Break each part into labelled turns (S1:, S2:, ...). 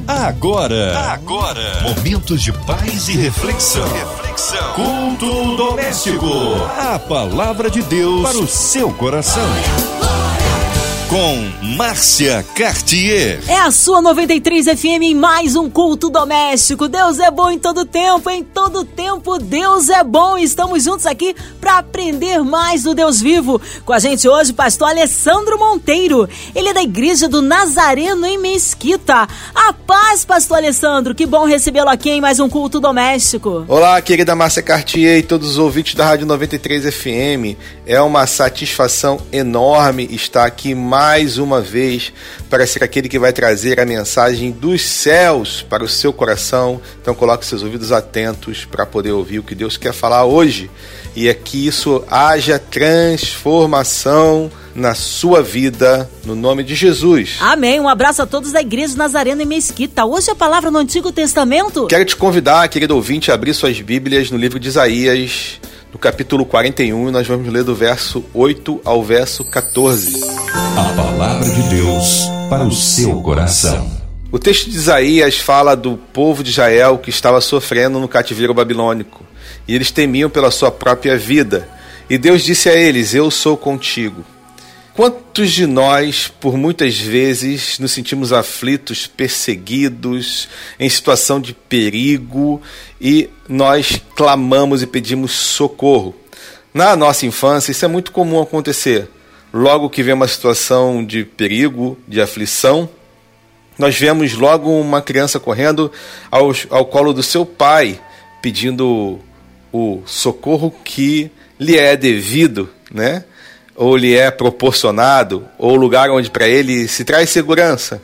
S1: Agora, momentos de paz e reflexão. Culto doméstico. A palavra de Deus para o seu coração. Com Márcia Cartier.
S2: É a sua 93 FM em mais um culto doméstico. Deus é bom em todo tempo Deus é bom. Estamos juntos aqui para aprender mais do Deus vivo. Com a gente hoje, pastor Alessandro Monteiro. Ele é da Igreja do Nazareno em Mesquita. A paz, pastor Alessandro. Que bom recebê-lo aqui em mais um culto doméstico.
S3: Olá, querida Márcia Cartier e todos os ouvintes da Rádio 93 FM. É uma satisfação enorme estar aqui mais uma vez para ser aquele que vai trazer a mensagem dos céus para o seu coração. Então coloque seus ouvidos atentos para poder ouvir o que Deus quer falar hoje. E é que isso haja transformação na sua vida, no nome de Jesus.
S2: Amém. Um abraço a todos da Igreja do Nazareno em Mesquita. Hoje a palavra no Antigo Testamento.
S3: Quero te convidar, querido ouvinte, a abrir suas Bíblias no livro de Isaías, no capítulo 41, nós vamos ler do verso 8 ao verso 14.
S1: A palavra de Deus para o seu coração.
S3: O texto de Isaías fala do povo de Israel que estava sofrendo no cativeiro babilônico. E eles temiam pela sua própria vida. E Deus disse a eles: eu sou contigo. Quantos de nós, por muitas vezes, nos sentimos aflitos, perseguidos, em situação de perigo, e nós clamamos e pedimos socorro? Na nossa infância, isso é muito comum acontecer. Logo que vem uma situação de perigo, de aflição, nós vemos logo uma criança correndo ao colo do seu pai, pedindo o socorro que lhe é devido, né? Ou lhe é proporcionado, ou o lugar onde para ele se traz segurança.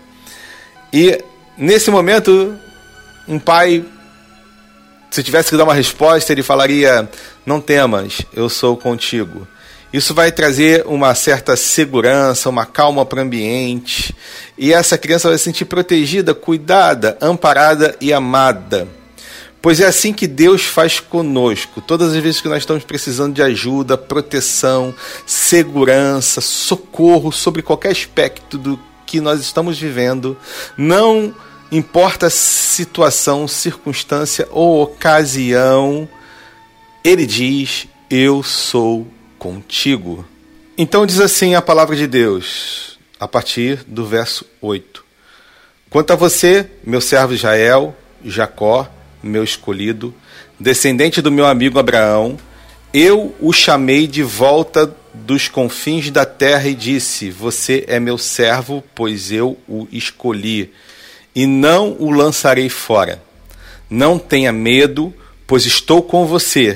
S3: E nesse momento, um pai, se tivesse que dar uma resposta, ele falaria: não temas, eu sou contigo. Isso vai trazer uma certa segurança, uma calma para o ambiente, e essa criança vai se sentir protegida, cuidada, amparada e amada. Pois é assim que Deus faz conosco. Todas as vezes que nós estamos precisando de ajuda, proteção, segurança, socorro sobre qualquer aspecto do que nós estamos vivendo, não importa a situação, circunstância ou ocasião, Ele diz: eu sou contigo. Então diz assim a palavra de Deus, a partir do verso 8. Quanto a você, meu servo Israel, Jacó, meu escolhido, descendente do meu amigo Abraão, eu o chamei de volta dos confins da terra e disse: você é meu servo, pois eu o escolhi, e não o lançarei fora. Não tenha medo, pois estou com você.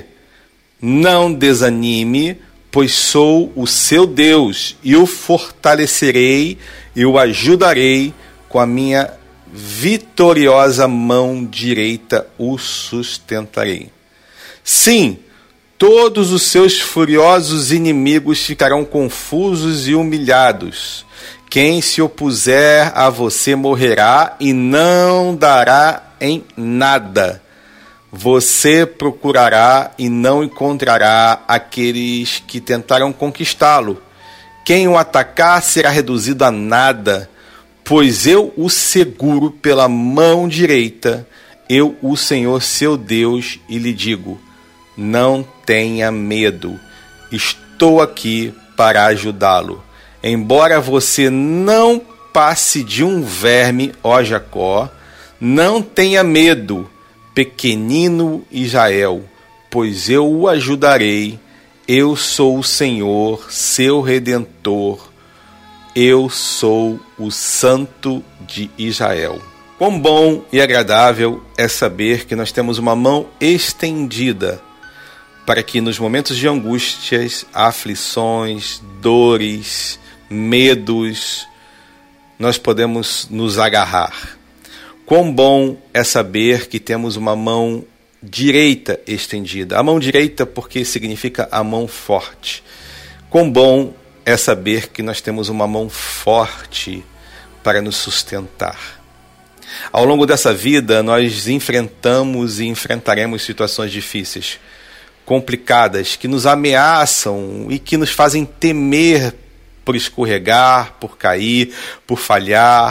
S3: Não desanime, pois sou o seu Deus, e o fortalecerei e o ajudarei com a minha vitoriosa mão direita o sustentarei. Sim, todos os seus furiosos inimigos ficarão confusos e humilhados. Quem se opuser a você morrerá e não dará em nada. Você procurará e não encontrará aqueles que tentaram conquistá-lo. Quem o atacar será reduzido a nada. Pois eu o seguro pela mão direita, eu, o Senhor seu Deus, e lhe digo: não tenha medo, estou aqui para ajudá-lo. Embora você não passe de um verme, ó Jacó, não tenha medo, pequenino Israel, pois eu o ajudarei. Eu sou o Senhor, seu Redentor. Eu sou o Santo de Israel. Quão bom e agradável é saber que nós temos uma mão estendida para que nos momentos de angústias, aflições, dores, medos, nós podemos nos agarrar. Quão bom é saber que temos uma mão direita estendida. A mão direita porque significa a mão forte. Quão bom é saber que nós temos uma mão forte para nos sustentar. Ao longo dessa vida, nós enfrentamos e enfrentaremos situações difíceis, complicadas, que nos ameaçam e que nos fazem temer por escorregar, por cair, por falhar,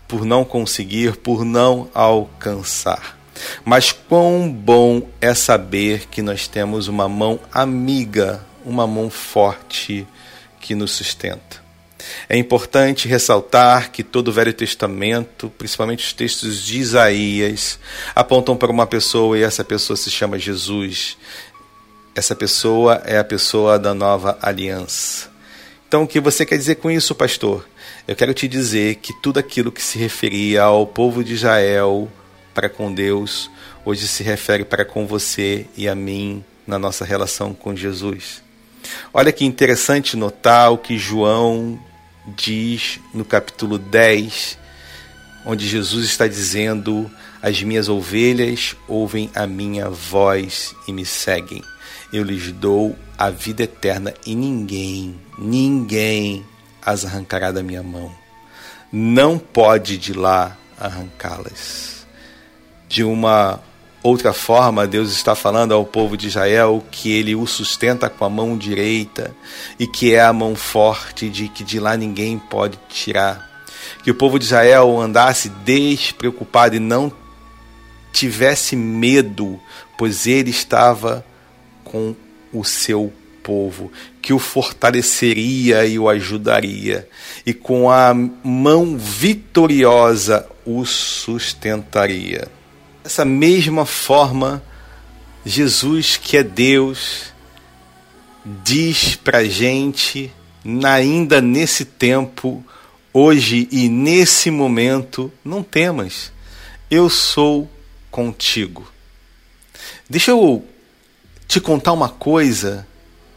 S3: por não conseguir, por não alcançar. Mas quão bom é saber que nós temos uma mão amiga, uma mão forte que nos sustenta. É importante ressaltar que todo o Velho Testamento, principalmente os textos de Isaías, apontam para uma pessoa, e essa pessoa se chama Jesus. Essa pessoa é a pessoa da nova aliança. Então, o que você quer dizer com isso, pastor? Eu quero te dizer que tudo aquilo que se referia ao povo de Israel para com Deus, hoje se refere para com você e a mim na nossa relação com Jesus. Olha que interessante notar o que João diz no capítulo 10, onde Jesus está dizendo: as minhas ovelhas ouvem a minha voz e me seguem. Eu lhes dou a vida eterna e ninguém as arrancará da minha mão. Não pode de lá arrancá-las. De uma outra forma, Deus está falando ao povo de Israel que ele o sustenta com a mão direita e que é a mão forte, de que de lá ninguém pode tirar. Que o povo de Israel andasse despreocupado e não tivesse medo, pois ele estava com o seu povo, que o fortaleceria e o ajudaria, e com a mão vitoriosa o sustentaria. Dessa mesma forma, Jesus, que é Deus, diz pra gente, ainda nesse tempo, hoje e nesse momento: não temas, eu sou contigo. Deixa eu te contar uma coisa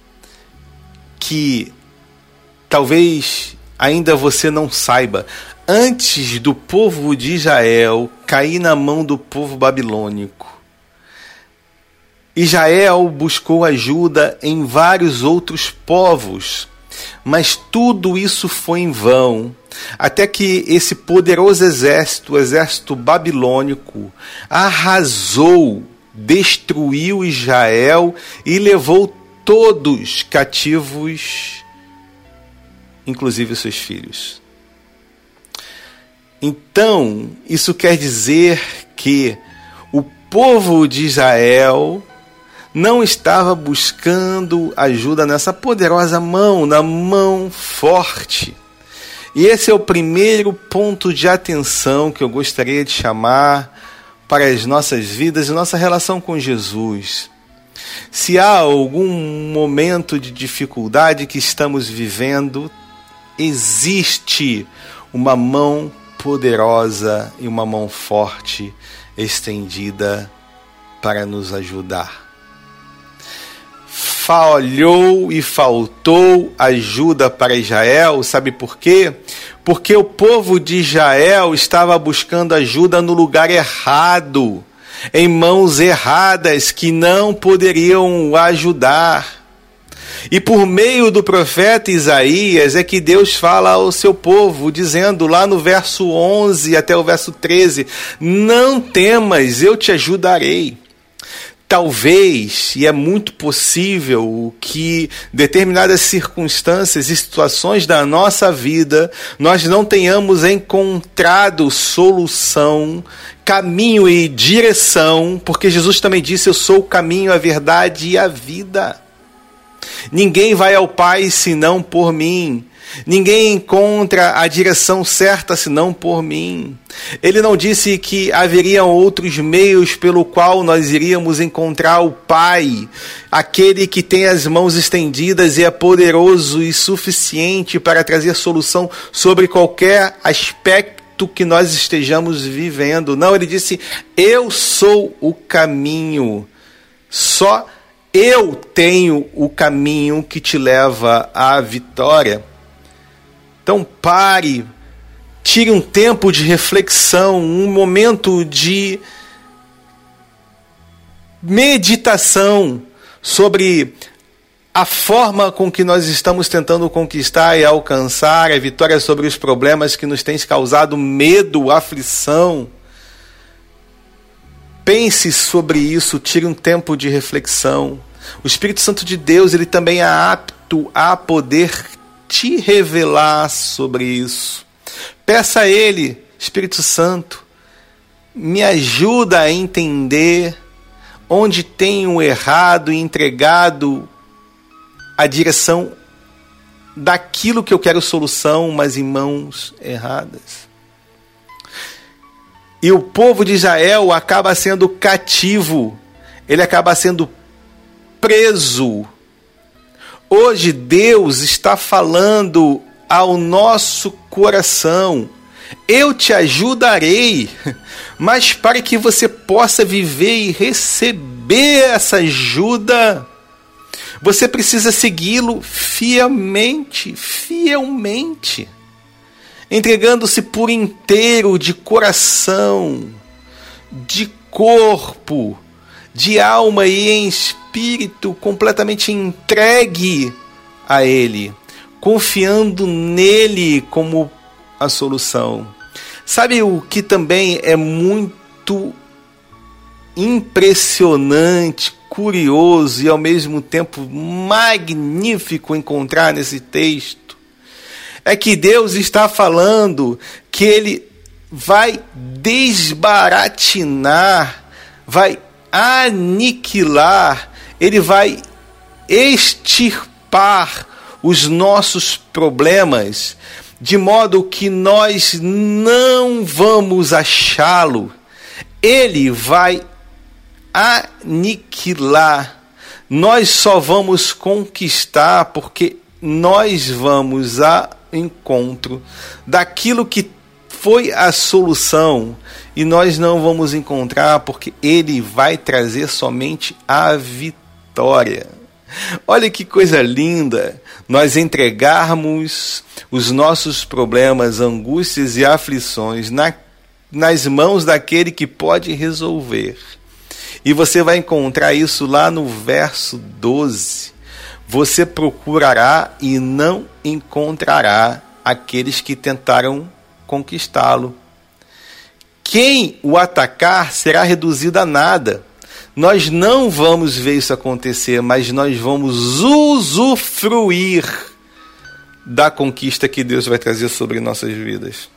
S3: que talvez ainda você não saiba. Antes do povo de Israel cair na mão do povo babilônico, Israel buscou ajuda em vários outros povos, mas tudo isso foi em vão, até que esse poderoso exército, o exército babilônico, arrasou, destruiu Israel e levou todos cativos, inclusive os seus filhos. Então, isso quer dizer que o povo de Israel não estava buscando ajuda nessa poderosa mão, na mão forte. E esse é o primeiro ponto de atenção que eu gostaria de chamar para as nossas vidas e nossa relação com Jesus. Se há algum momento de dificuldade que estamos vivendo, existe uma mão poderosa e uma mão forte estendida para nos ajudar. Falhou e faltou ajuda para Israel, sabe por quê? Porque o povo de Israel estava buscando ajuda no lugar errado, em mãos erradas que não poderiam ajudar. E por meio do profeta Isaías é que Deus fala ao seu povo, dizendo lá no verso 11 até o verso 13: não temas, eu te ajudarei. Talvez, e é muito possível, que determinadas circunstâncias e situações da nossa vida nós não tenhamos encontrado solução, caminho e direção, porque Jesus também disse: eu sou o caminho, a verdade e a vida. Ninguém vai ao Pai senão por mim. Ninguém encontra a direção certa senão por mim. Ele não disse que haveriam outros meios pelo qual nós iríamos encontrar o Pai, aquele que tem as mãos estendidas e é poderoso e suficiente para trazer solução sobre qualquer aspecto que nós estejamos vivendo. Não, ele disse: eu sou o caminho, só eu tenho o caminho que te leva à vitória. Então pare, tire um tempo de reflexão, um momento de meditação sobre a forma com que nós estamos tentando conquistar e alcançar a vitória sobre os problemas que nos têm causado medo, aflição. Pense sobre isso, tire um tempo de reflexão. O Espírito Santo de Deus, ele também é apto a poder te revelar sobre isso. Peça a Ele Espírito Santo, me ajuda a entender onde tenho errado e entregado a direção daquilo que eu quero solução, mas em mãos erradas. E o povo de Israel acaba sendo cativo, ele acaba sendo preso. Hoje Deus está falando ao nosso coração: eu te ajudarei, mas para que você possa viver e receber essa ajuda, você precisa segui-lo fielmente, entregando-se por inteiro, de coração, de corpo, de alma e em espírito, completamente entregue a Ele, confiando nele como a solução. Sabe o que também é muito impressionante, curioso e ao mesmo tempo magnífico encontrar nesse texto? É que Deus está falando que Ele vai desbaratinar, vai aniquilar, Ele vai extirpar os nossos problemas, de modo que nós não vamos achá-lo. Ele vai aniquilar. Nós só vamos conquistar porque nós vamos ao encontro daquilo que foi a solução, e nós não vamos encontrar porque Ele vai trazer somente a vitória. Olha que coisa linda, nós entregarmos os nossos problemas, angústias e aflições nas mãos daquele que pode resolver. E você vai encontrar isso lá no verso 12. Você procurará e não encontrará aqueles que tentaram conquistá-lo. Quem o atacar será reduzido a nada. Nós não vamos ver isso acontecer, mas nós vamos usufruir da conquista que Deus vai trazer sobre nossas vidas.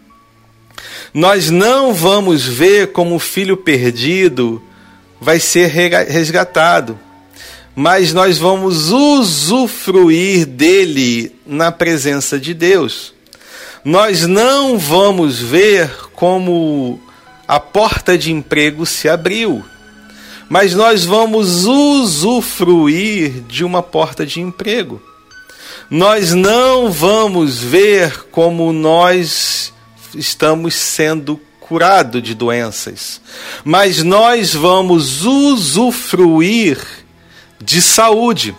S3: Nós não vamos ver como o filho perdido vai ser resgatado, mas nós vamos usufruir dele na presença de Deus. Nós não vamos ver como a porta de emprego se abriu, mas nós vamos usufruir de uma porta de emprego. Nós não vamos ver como nós estamos sendo curados de doenças, mas nós vamos usufruir de saúde.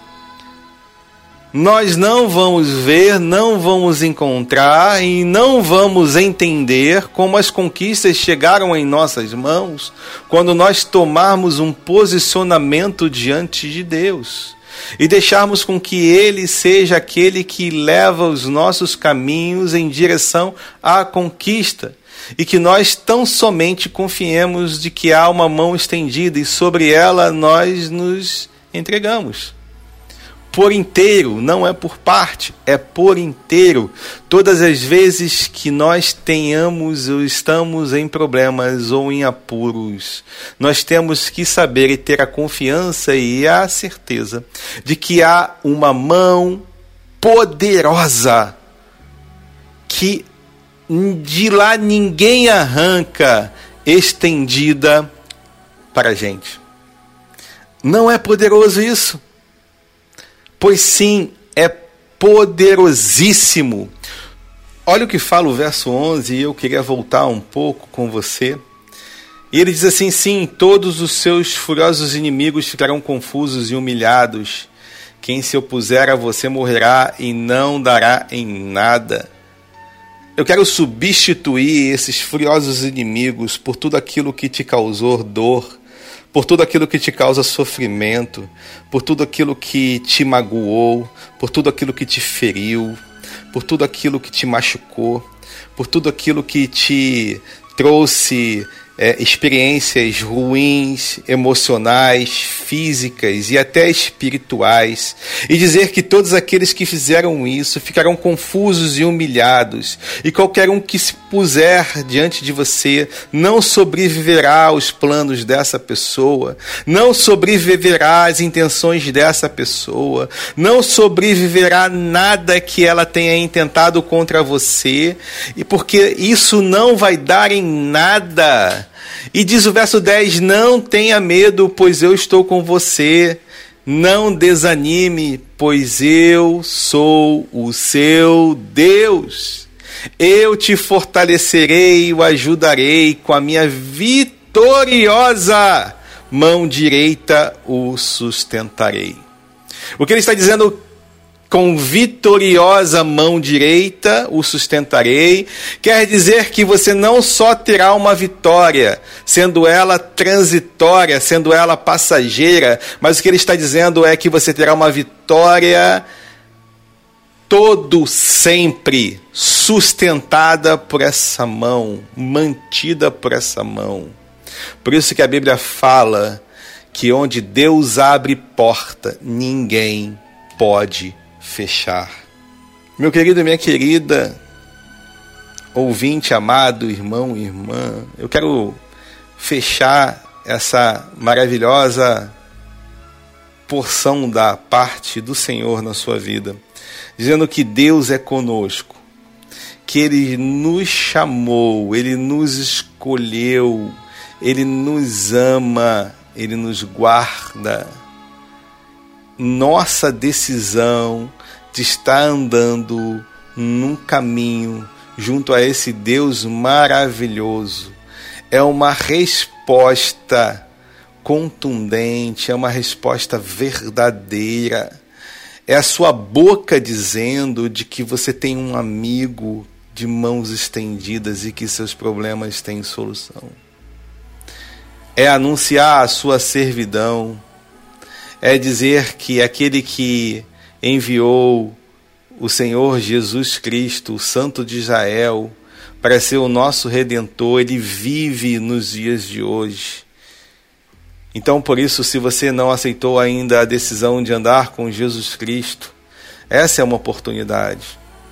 S3: Nós não vamos ver, não vamos encontrar e não vamos entender como as conquistas chegaram em nossas mãos quando nós tomarmos um posicionamento diante de Deus e deixarmos com que Ele seja aquele que leva os nossos caminhos em direção à conquista, e que nós tão somente confiemos de que há uma mão estendida e sobre ela nós nos entregamos. Por inteiro, não é por parte, é por inteiro. Todas as vezes que nós tenhamos ou estamos em problemas ou em apuros, nós temos que saber e ter a confiança e a certeza de que há uma mão poderosa que de lá ninguém arranca, estendida para a gente. Não é poderoso isso? Pois sim, é poderosíssimo. Olha o que fala o verso 11, e eu queria voltar um pouco com você. E ele diz assim: sim, todos os seus furiosos inimigos ficarão confusos e humilhados. Quem se opuser a você morrerá e não dará em nada. Eu quero substituir esses furiosos inimigos por tudo aquilo que te causou dor, por tudo aquilo que te causa sofrimento, por tudo aquilo que te magoou, por tudo aquilo que te feriu, por tudo aquilo que te machucou, por tudo aquilo que te trouxe experiências ruins, emocionais, físicas e até espirituais, e dizer que todos aqueles que fizeram isso ficarão confusos e humilhados, e qualquer um que se puser diante de você não sobreviverá aos planos dessa pessoa, não sobreviverá às intenções dessa pessoa, não sobreviverá nada que ela tenha intentado contra você, e porque isso não vai dar em nada. E diz o verso 10, não tenha medo, pois eu estou com você. Não desanime, pois eu sou o seu Deus. Eu te fortalecerei e o ajudarei, com a minha vitoriosa mão direita o sustentarei. O que ele está dizendo, com vitoriosa mão direita o sustentarei, quer dizer que você não só terá uma vitória, sendo ela transitória, sendo ela passageira, mas o que ele está dizendo é que você terá uma vitória todo sempre sustentada por essa mão, mantida por essa mão. Por isso que a Bíblia fala que onde Deus abre porta, ninguém pode fechar. Meu querido e minha querida, ouvinte, amado, irmão e irmã, eu quero fechar essa maravilhosa porção da parte do Senhor na sua vida, dizendo que Deus é conosco, que Ele nos chamou, Ele nos escolheu, Ele nos ama, Ele nos guarda. Nossa decisão de estar andando num caminho junto a esse Deus maravilhoso é uma resposta contundente, é uma resposta verdadeira. É a sua boca dizendo de que você tem um amigo de mãos estendidas e que seus problemas têm solução. É anunciar a sua servidão. É dizer que aquele que enviou o Senhor Jesus Cristo, o Santo de Israel, para ser o nosso Redentor, Ele vive nos dias de hoje. Então, por isso, se você não aceitou ainda a decisão de andar com Jesus Cristo, essa é uma oportunidade.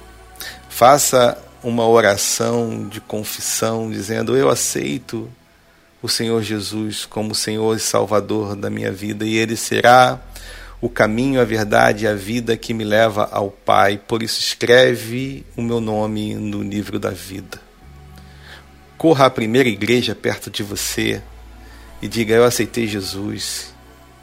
S3: Faça uma oração de confissão, dizendo, eu aceito o Senhor Jesus como Senhor e Salvador da minha vida, e Ele será o caminho, a verdade e a vida que me leva ao Pai. Por isso escreve o meu nome no livro da vida. Corra à primeira igreja perto de você e diga, eu aceitei Jesus.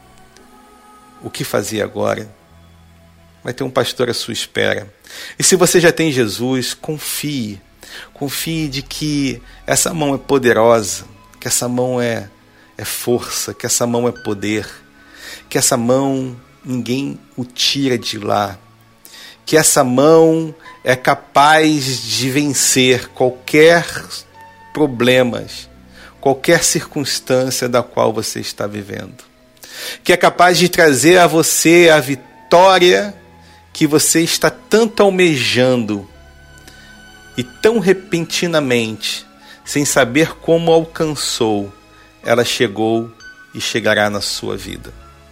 S3: O que fazer agora? Vai ter um pastor à sua espera. E se você já tem Jesus, confie. Confie de que essa mão é poderosa, que essa mão é força, que essa mão é poder, que essa mão ninguém o tira de lá, que essa mão é capaz de vencer qualquer problema, qualquer circunstância da qual você está vivendo, que é capaz de trazer a você a vitória que você está tanto almejando e tão repentinamente, sem saber como alcançou, ela chegou e chegará na sua vida.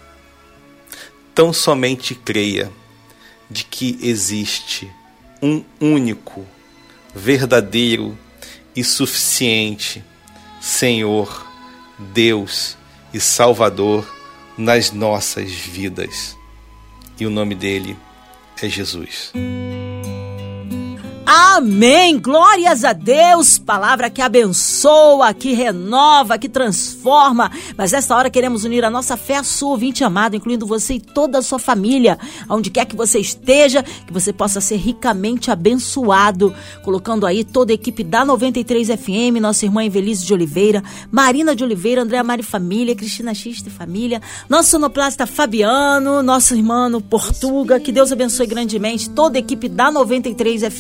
S3: Tão somente creia de que existe um único, verdadeiro e suficiente Senhor, Deus e Salvador nas nossas vidas. E o nome dele é Jesus.
S2: Amém, glórias a Deus, palavra que abençoa, que renova, que transforma, mas nesta hora queremos unir a nossa fé à sua, ouvinte amado, incluindo você e toda a sua família, onde quer que você esteja, que você possa ser ricamente abençoado, colocando aí toda a equipe da 93 FM, nossa irmã Evelise de Oliveira, Marina de Oliveira, Andréa Mari Família, Cristina Xista e Família, nosso sonoplasta Fabiano, nosso irmão Portuga, que Deus abençoe grandemente toda a equipe da 93 FM,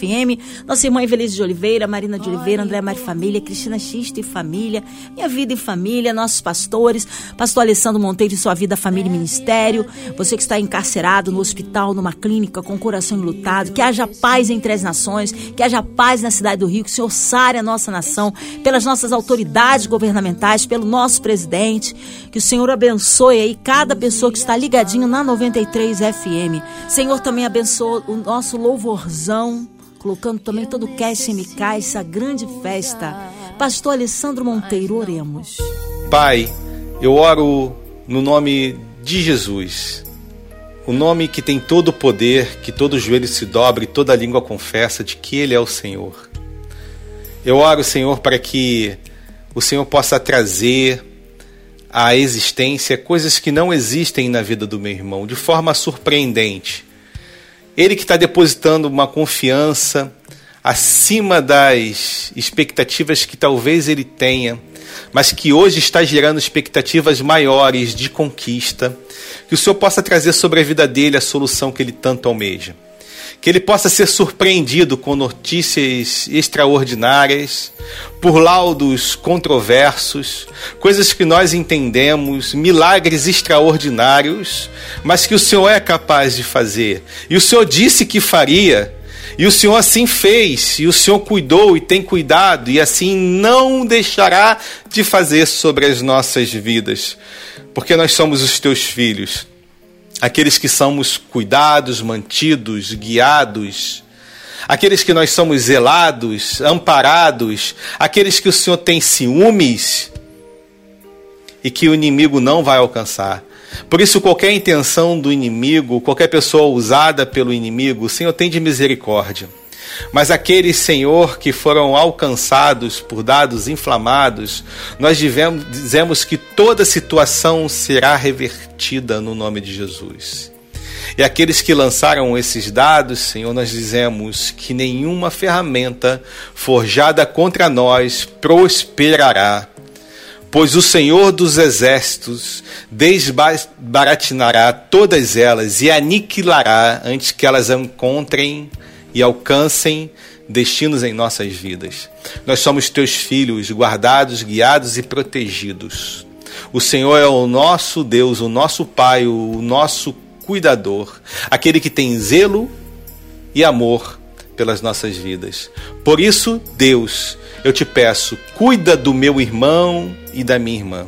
S2: Nossa irmã Evelise de Oliveira, Marina de Oliveira, André Mari Família, Cristina Xisto e família, Minha Vida e Família, nossos pastores, pastor Alessandro Monteiro e sua vida, família e ministério, você que está encarcerado no hospital, numa clínica, com o coração enlutado, que haja paz entre as nações, que haja paz na cidade do Rio, que o Senhor sare a nossa nação, pelas nossas autoridades governamentais, pelo nosso presidente, que o Senhor abençoe aí cada pessoa que está ligadinho na 93 FM. Senhor, também abençoa o nosso louvorzão, colocando também todo o cast MK, essa grande festa. Pastor Alessandro Monteiro, oremos.
S3: Pai, eu oro no nome de Jesus, o nome que tem todo o poder, que todo joelho se dobre, toda língua confessa de que Ele é o Senhor. Eu oro, Senhor, para que o Senhor possa trazer à existência coisas que não existem na vida do meu irmão, de forma surpreendente. Ele que está depositando uma confiança acima das expectativas que talvez ele tenha, mas que hoje está gerando expectativas maiores de conquista, que o Senhor possa trazer sobre a vida dele a solução que ele tanto almeja. Que ele possa ser surpreendido com notícias extraordinárias, por laudos controversos, coisas que nós entendemos, milagres extraordinários, mas que o Senhor é capaz de fazer. E o Senhor disse que faria, e o Senhor assim fez, e o Senhor cuidou e tem cuidado, e assim não deixará de fazer sobre as nossas vidas, porque nós somos os teus filhos. Aqueles que somos cuidados, mantidos, guiados, aqueles que nós somos zelados, amparados, aqueles que o Senhor tem ciúmes e que o inimigo não vai alcançar. Por isso, qualquer intenção do inimigo, qualquer pessoa usada pelo inimigo, o Senhor tem de misericórdia. Mas aqueles, Senhor, que foram alcançados por dados inflamados, nós dizemos que toda situação será revertida no nome de Jesus. E aqueles que lançaram esses dados, Senhor, nós dizemos que nenhuma ferramenta forjada contra nós prosperará, pois o Senhor dos Exércitos desbaratinará todas elas e aniquilará antes que elas encontrem e alcancem destinos em nossas vidas. Nós somos teus filhos, guardados, guiados e protegidos. O Senhor é o nosso Deus, o nosso Pai, o nosso cuidador, aquele que tem zelo e amor pelas nossas vidas. Por isso, Deus, eu te peço, cuida do meu irmão e da minha irmã,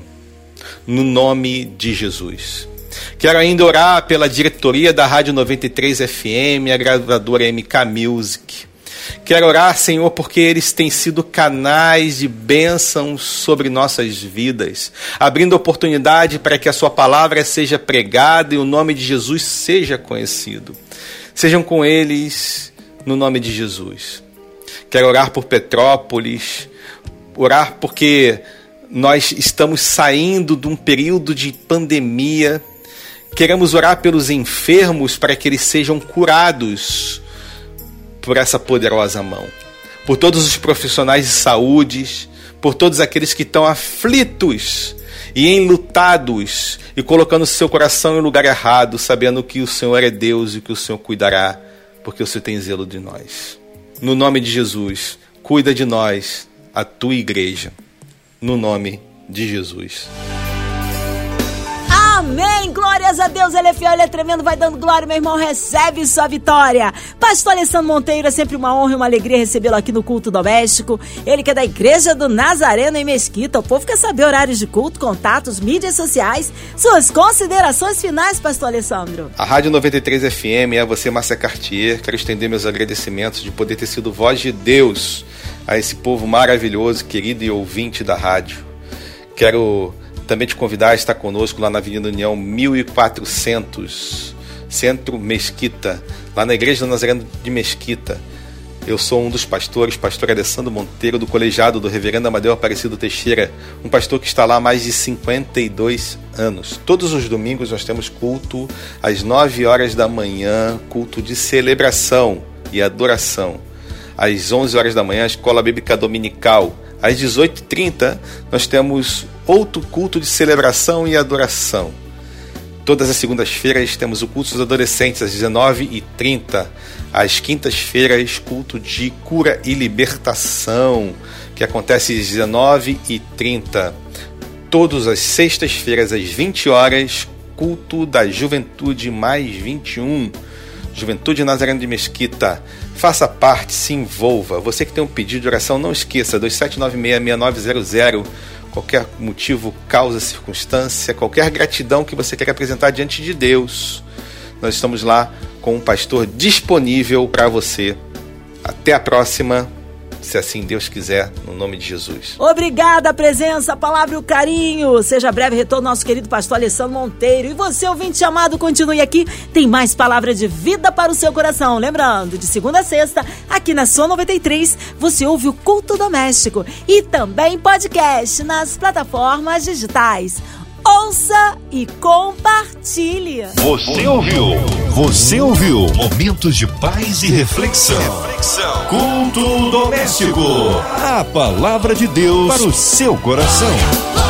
S3: no nome de Jesus. Quero ainda orar pela diretoria da Rádio 93 FM, a gravadora MK Music. Quero orar, Senhor, porque eles têm sido canais de bênção sobre nossas vidas, abrindo oportunidade para que a sua palavra seja pregada e o nome de Jesus seja conhecido. Sejam com eles no nome de Jesus. Quero orar por Petrópolis, orar porque nós estamos saindo de um período de pandemia. Queremos orar pelos enfermos para que eles sejam curados por essa poderosa mão. Por todos os profissionais de saúde, por todos aqueles que estão aflitos e enlutados e colocando seu coração em lugar errado, sabendo que o Senhor é Deus e que o Senhor cuidará, porque o Senhor tem zelo de nós. No nome de Jesus, cuida de nós, a tua igreja. No nome de Jesus.
S2: Amém, glórias a Deus, Ele é fiel, Ele é tremendo, vai dando glória, meu irmão, recebe sua vitória. Pastor Alessandro Monteiro, é sempre uma honra e uma alegria recebê-lo aqui no Culto Doméstico. Ele que é da Igreja do Nazareno em Mesquita. O povo quer saber horários de culto, contatos, mídias sociais, suas considerações finais, Pastor Alessandro.
S3: A Rádio 93 FM é você, Márcia Cartier. Quero estender meus agradecimentos de poder ter sido voz de Deus a esse povo maravilhoso, querido e ouvinte da rádio. Quero também te convidar a estar conosco lá na Avenida União 1400, Centro Mesquita, lá na Igreja do Nazareno de Mesquita. Eu sou um dos pastores, pastor Alessandro Monteiro, do colegiado do Reverendo Amadeu Aparecido Teixeira, um pastor que está lá há mais de 52 anos. Todos os domingos nós temos culto às 9 horas da manhã, culto de celebração e adoração. Às 11 horas da manhã, a Escola Bíblica Dominical. Às 18h30, nós temos outro culto de celebração e adoração. Todas as segundas-feiras temos o culto dos adolescentes às 19h30. Às quintas-feiras, culto de cura e libertação, que acontece às 19h30. Todas as sextas-feiras às 20 horas, culto da Juventude mais 21. Juventude Nazareno de Mesquita. Faça parte, se envolva. Você que tem um pedido de oração, não esqueça, 2796-6900. Qualquer motivo, causa, circunstância, qualquer gratidão que você queira apresentar diante de Deus, nós estamos lá com um pastor disponível para você. Até a próxima, se assim Deus quiser, no nome de Jesus.
S2: Obrigada a presença, a palavra e o carinho. Seja breve retorno nosso querido pastor Alessandro Monteiro. E você, ouvinte amado, continue aqui. Tem mais palavra de vida para o seu coração. Lembrando, de segunda a sexta, aqui na Sua 93, você ouve o Culto Doméstico. E também podcast nas plataformas digitais. Ouça e compartilhe.
S1: Você ouviu momentos de paz e reflexão. Culto doméstico. A palavra de Deus para o seu coração.